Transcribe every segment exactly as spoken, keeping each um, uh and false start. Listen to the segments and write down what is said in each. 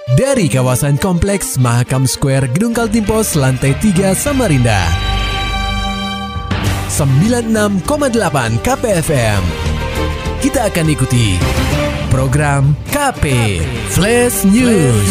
Dari kawasan Kompleks Mahakam Square Gedung Kaltimpos lantai tiga Samarinda. sembilan puluh enam koma delapan K P F M. Kita akan ikuti program K P Flash News.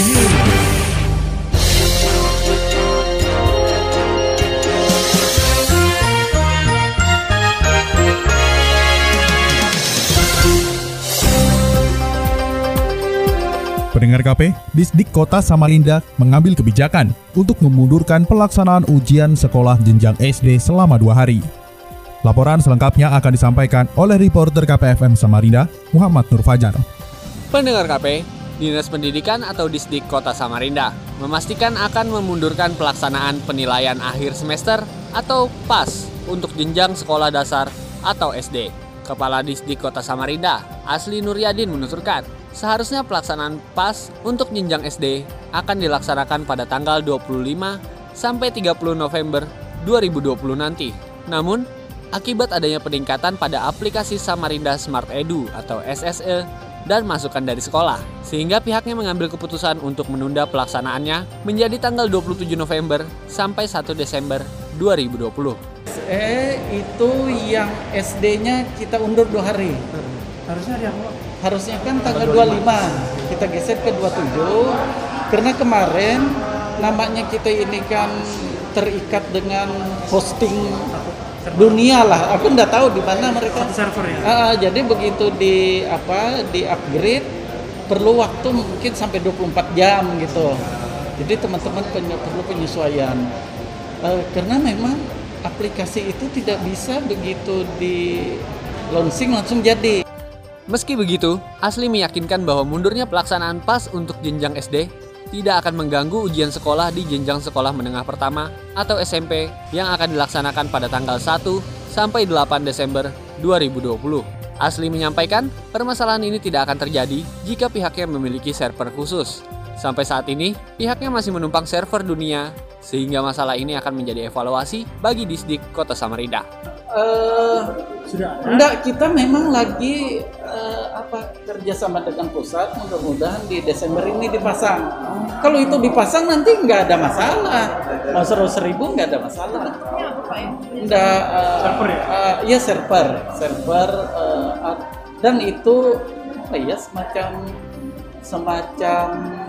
Pendengar K P, Disdik Kota Samarinda mengambil kebijakan untuk memundurkan pelaksanaan ujian sekolah jenjang S D selama dua hari. Laporan selengkapnya akan disampaikan oleh reporter K P F M Samarinda, Muhammad Nur Fajar. Pendengar K P, Dinas Pendidikan atau Disdik Kota Samarinda memastikan akan memundurkan pelaksanaan penilaian akhir semester atau P A S untuk jenjang sekolah dasar atau S D. Kepala Disdik Kota Samarinda, Asli Nuryadin menuturkan, seharusnya pelaksanaan P A S untuk jenjang S D akan dilaksanakan pada tanggal dua puluh lima sampai tiga puluh November dua ribu dua puluh nanti. Namun, akibat adanya peningkatan pada aplikasi Samarinda Smart Edu atau S S E dan masukan dari sekolah, sehingga pihaknya mengambil keputusan untuk menunda pelaksanaannya menjadi tanggal dua puluh tujuh November sampai satu Desember dua ribu dua puluh. Eh itu yang S D-nya kita undur dua hari. Harusnya yang Harusnya kan tanggal dua puluh lima, kita geser ke dua puluh tujuh. Karena kemarin namanya kita ini kan terikat dengan hosting dunia lah. Aku nggak tahu di mana mereka. Satu server ya. Uh, jadi begitu di apa di upgrade perlu waktu mungkin sampai dua puluh empat jam gitu. Jadi teman-teman penye- perlu penyesuaian. Uh, karena memang aplikasi itu tidak bisa begitu di launching langsung jadi. Meski begitu, Asli meyakinkan bahwa mundurnya pelaksanaan P A S untuk jenjang S D tidak akan mengganggu ujian sekolah di jenjang sekolah menengah pertama atau S M P yang akan dilaksanakan pada tanggal satu sampai delapan Desember dua ribu dua puluh. Asli menyampaikan, permasalahan ini tidak akan terjadi jika pihaknya memiliki server khusus. Sampai saat ini, pihaknya masih menumpang server dunia, sehingga masalah ini akan menjadi evaluasi bagi Disdik Kota Samarinda. Uh, Sudah ada? Enggak, kita memang lagi uh, apa kerjasama dengan pusat, mudah-mudahan di Desember ini dipasang. Kalau itu dipasang nanti nggak ada masalah, mau seratus ribu nggak ada masalah. Enggak, uh, Server ya? Uh, ya server, server uh, dan itu apa ya semacam semacam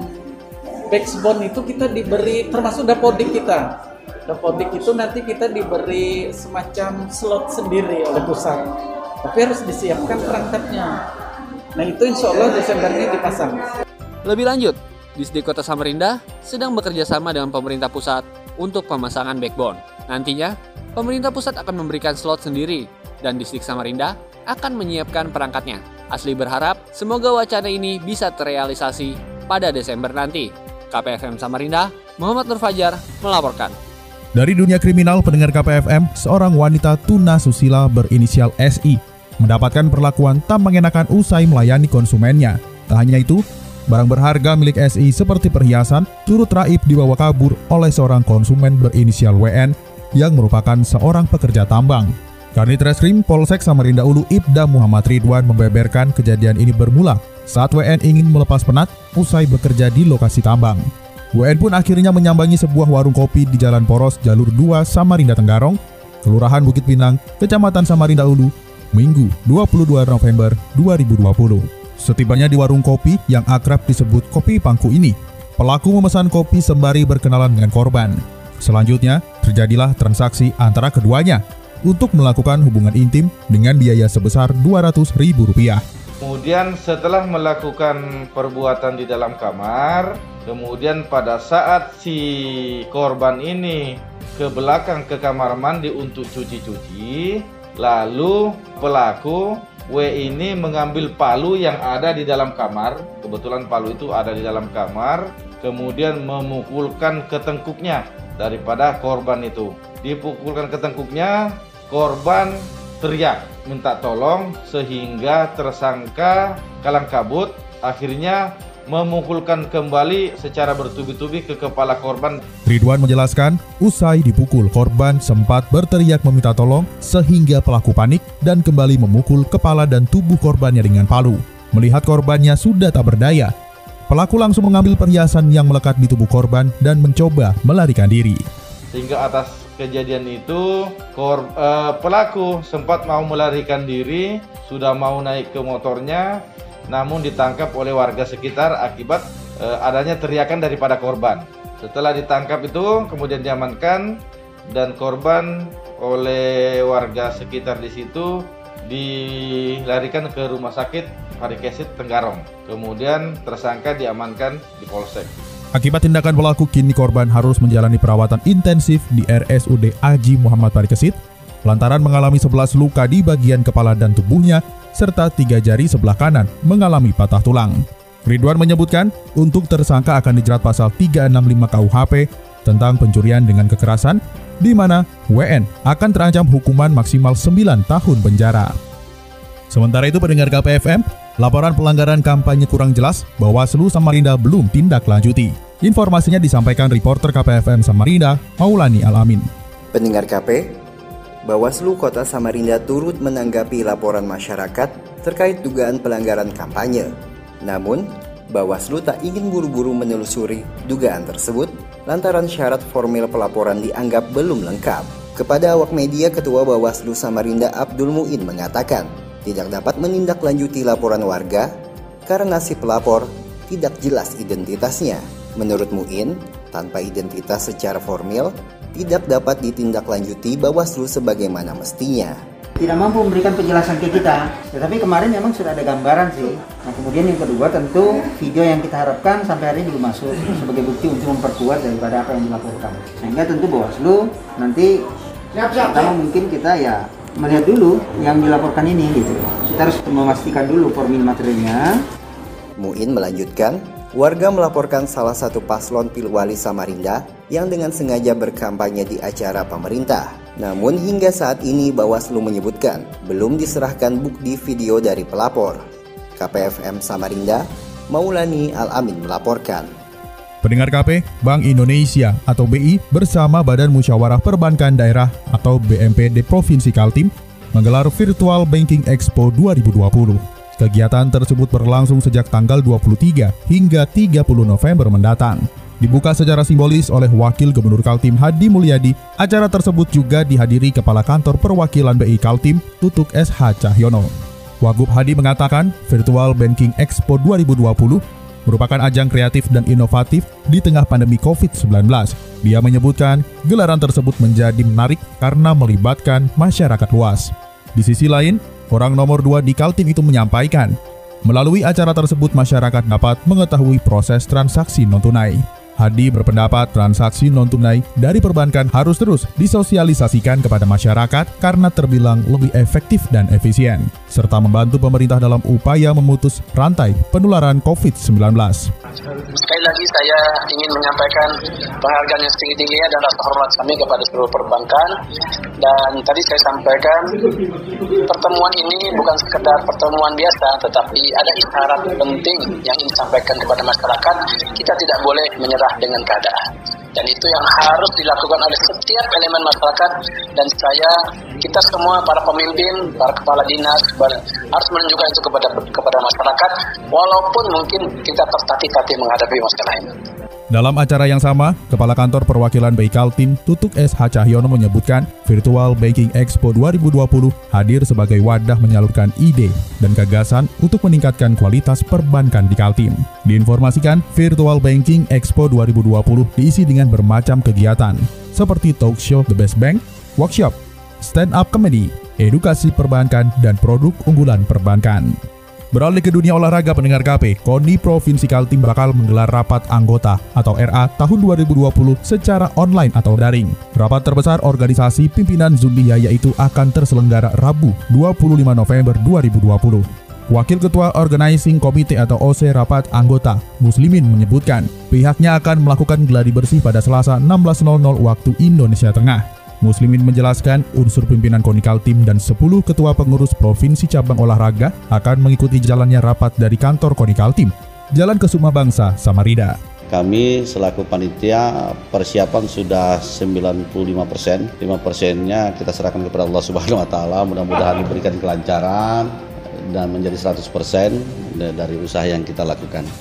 backbone itu kita diberi termasuk dapodik kita. Dapodik itu nanti kita diberi semacam slot sendiri oleh pusat, tapi harus disiapkan perangkatnya. Nah itu insya Allah Desember ini dipasang. Lebih lanjut, Disdik Kota Samarinda sedang bekerja sama dengan pemerintah pusat untuk pemasangan backbone. Nantinya, pemerintah pusat akan memberikan slot sendiri dan Disdik Samarinda akan menyiapkan perangkatnya. Asli berharap semoga wacana ini bisa terrealisasi pada Desember nanti. K P F M Samarinda, Muhammad Nur Fajar melaporkan. Dari dunia kriminal, pendengar K P F M, seorang wanita tuna susila berinisial S I mendapatkan perlakuan tak mengenakan usai melayani konsumennya. Tak hanya itu, barang berharga milik S I seperti perhiasan turut raib dibawa kabur oleh seorang konsumen berinisial W N yang merupakan seorang pekerja tambang. Kanit Reskrim Polsek Samarinda Ulu Ibda Muhammad Ridwan membeberkan kejadian ini bermula saat W N ingin melepas penat usai bekerja di lokasi tambang. W N pun akhirnya menyambangi sebuah warung kopi di Jalan Poros Jalur dua Samarinda Tenggarong, Kelurahan Bukit Pinang, Kecamatan Samarinda Ulu, Minggu dua puluh dua November dua ribu dua puluh. Setibanya di warung kopi yang akrab disebut Kopi Pangku ini, pelaku memesan kopi sembari berkenalan dengan korban. Selanjutnya, terjadilah transaksi antara keduanya untuk melakukan hubungan intim dengan biaya sebesar dua ratus ribu rupiah. Kemudian setelah melakukan perbuatan di dalam kamar, kemudian pada saat si korban ini ke belakang ke kamar mandi untuk cuci-cuci, lalu pelaku W ini mengambil palu yang ada di dalam kamar, kebetulan palu itu ada di dalam kamar, kemudian memukulkan ke tengkuknya daripada korban itu. Dipukulkan ke tengkuknya, korban teriak minta tolong sehingga tersangka kalang kabut akhirnya memukulkan kembali secara bertubi-tubi ke kepala korban. Ridwan menjelaskan, usai dipukul, korban sempat berteriak meminta tolong sehingga pelaku panik dan kembali memukul kepala dan tubuh korbannya dengan palu. Melihat korbannya sudah tak berdaya, pelaku langsung mengambil perhiasan yang melekat di tubuh korban dan mencoba melarikan diri. Sehingga atas kejadian itu kor, eh, pelaku sempat mau melarikan diri, sudah mau naik ke motornya, namun ditangkap oleh warga sekitar akibat eh, adanya teriakan daripada korban. Setelah ditangkap itu kemudian diamankan dan korban oleh warga sekitar di situ dilarikan ke rumah sakit Parikesit Tenggarong. Kemudian tersangka diamankan di polsek. Akibat tindakan pelaku, kini korban harus menjalani perawatan intensif di R S U D Haji Muhammad Parikesit lantaran mengalami sebelas luka di bagian kepala dan tubuhnya serta tiga jari sebelah kanan mengalami patah tulang. Ridwan menyebutkan untuk tersangka akan dijerat pasal tiga enam lima K U H P tentang pencurian dengan kekerasan, di mana W N akan terancam hukuman maksimal sembilan tahun penjara. Sementara itu, pendengar K P F M, laporan pelanggaran kampanye kurang jelas Bawaslu Samarinda belum tindak lanjuti. Informasinya disampaikan reporter K P F M Samarinda, Maulani Al-Amin. Pendengar K P, Bawaslu Kota Samarinda turut menanggapi laporan masyarakat terkait dugaan pelanggaran kampanye. Namun, Bawaslu tak ingin buru-buru menelusuri dugaan tersebut lantaran syarat formil pelaporan dianggap belum lengkap. Kepada awak media, Ketua Bawaslu Samarinda Abdul Muin mengatakan tidak dapat menindaklanjuti laporan warga karena si pelapor tidak jelas identitasnya. Menurut Muin, tanpa identitas secara formil, tidak dapat ditindaklanjuti Bawaslu sebagaimana mestinya. Tidak mampu memberikan penjelasan ke kita, tetapi kemarin memang sudah ada gambaran sih. Nah, kemudian yang kedua tentu video yang kita harapkan sampai hari ini belum masuk sebagai bukti untuk memperkuat daripada apa yang dilaporkan. Sehingga tentu Bawaslu nanti pertama mungkin kita ya melihat dulu yang dilaporkan ini gitu. Kita harus memastikan dulu formil materinya. Muin melanjutkan, warga melaporkan salah satu paslon Pilwali Samarinda yang dengan sengaja berkampanye di acara pemerintah. Namun hingga saat ini Bawaslu menyebutkan belum diserahkan bukti video dari pelapor. K P F M Samarinda, Maulani Al-Amin melaporkan. Pendengar K P, Bank Indonesia atau B I bersama Badan Musyawarah Perbankan Daerah atau B M P D Provinsi Kaltim menggelar Virtual Banking Expo dua ribu dua puluh. Kegiatan tersebut berlangsung sejak tanggal dua puluh tiga hingga tiga puluh November mendatang. Dibuka secara simbolis oleh Wakil Gubernur Kaltim Hadi Mulyadi, acara tersebut juga dihadiri Kepala Kantor Perwakilan B I Kaltim Tutuk S H Cahyono. Wagub Hadi mengatakan Virtual Banking Expo dua ribu dua puluh merupakan ajang kreatif dan inovatif di tengah pandemi covid sembilan belas. Dia menyebutkan gelaran tersebut menjadi menarik karena melibatkan masyarakat luas. Di sisi lain, orang nomor dua di Kaltim itu menyampaikan, melalui acara tersebut masyarakat dapat mengetahui proses transaksi non-tunai. Hadi berpendapat transaksi non-tunai dari perbankan harus terus disosialisasikan kepada masyarakat karena terbilang lebih efektif dan efisien, serta membantu pemerintah dalam upaya memutus rantai penularan covid sembilan belas. Sekali lagi saya ingin menyampaikan penghargaan yang setinggi-tingginya dan rasa hormat kami kepada seluruh perbankan. Dan tadi saya sampaikan pertemuan ini bukan sekedar pertemuan biasa, tetapi ada isyarat penting yang ingin disampaikan kepada masyarakat. Kita tidak boleh menyerah dengan keadaan. Dan itu yang harus dilakukan oleh setiap elemen masyarakat. Dan saya, kita semua para pemimpin, para kepala dinas harus menunjukkan itu kepada kepada masyarakat, walaupun mungkin kita tertatih-tatih menghadapi masalah ini. Dalam acara yang sama, Kepala Kantor Perwakilan B I Kaltim Tutuk S H Cahyono menyebutkan Virtual Banking Expo dua ribu dua puluh hadir sebagai wadah menyalurkan ide dan gagasan untuk meningkatkan kualitas perbankan di Kaltim. Diinformasikan, Virtual Banking Expo dua ribu dua puluh diisi dengan bermacam kegiatan seperti talk show The Best Bank, workshop, stand-up comedy, edukasi perbankan, dan produk unggulan perbankan. Beralih ke dunia olahraga, pendengar K P, KONI Provinsi Kaltim bakal menggelar rapat anggota atau R A tahun dua ribu dua puluh secara online atau daring. Rapat terbesar organisasi pimpinan Zullia yaitu akan terselenggara Rabu dua puluh lima November dua ribu dua puluh. Wakil Ketua Organizing Committee atau O C Rapat Anggota, Muslimin, menyebutkan pihaknya akan melakukan gladi bersih pada Selasa enam belas waktu Indonesia Tengah. Muslimin menjelaskan unsur pimpinan KONI Kaltim dan sepuluh ketua pengurus provinsi cabang olahraga akan mengikuti jalannya rapat dari kantor KONI Kaltim, Jalan Kesuma Bangsa, Samarinda. Kami selaku panitia persiapan sudah sembilan puluh lima persen, lima persennya kita serahkan kepada Allah Subhanahu Wa Taala. Mudah-mudahan diberikan kelancaran dan menjadi seratus persen dari usaha yang kita lakukan.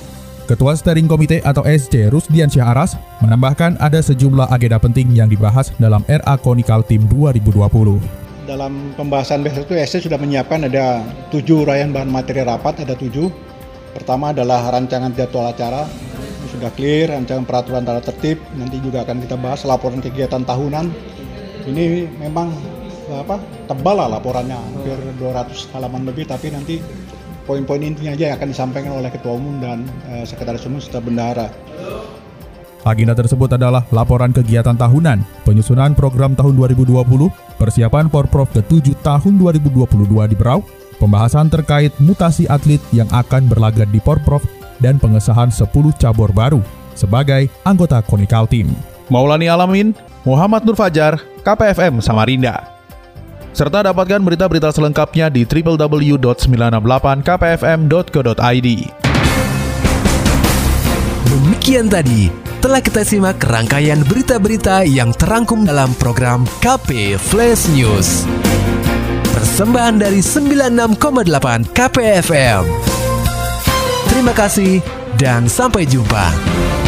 Ketua Steering Komite atau S C Rusdiansyah Aras menambahkan ada sejumlah agenda penting yang dibahas dalam R A Konikal Team dua ribu dua puluh. Dalam pembahasan besok itu S C sudah menyiapkan ada tujuh uraian bahan materi rapat, ada tujuh. Pertama adalah rancangan jadwal acara, ini sudah clear, rancangan peraturan tata tertib, nanti juga akan kita bahas laporan kegiatan tahunan. Ini memang apa tebal lah laporannya, hampir dua ratus halaman lebih, tapi nanti poin-poin intinya aja yang akan disampaikan oleh Ketua Umum dan eh, Sekretaris Umum serta Bendahara. Agenda tersebut adalah laporan kegiatan tahunan, penyusunan program tahun dua ribu dua puluh, persiapan Porprov ketujuh tahun dua ribu dua puluh dua di Berau, pembahasan terkait mutasi atlet yang akan berlaga di Porprov, dan pengesahan sepuluh cabur baru sebagai anggota Konikal Team. Maulani Alamin, Muhammad Nur Fajar, K P F M Samarinda. Serta dapatkan berita-berita selengkapnya di w w w dot sembilan enam delapan k p f m dot co dot i d. Demikian tadi telah kita simak rangkaian berita-berita yang terangkum dalam program K P Flash News. Persembahan dari sembilan puluh enam koma delapan K P F M. Terima kasih dan sampai jumpa.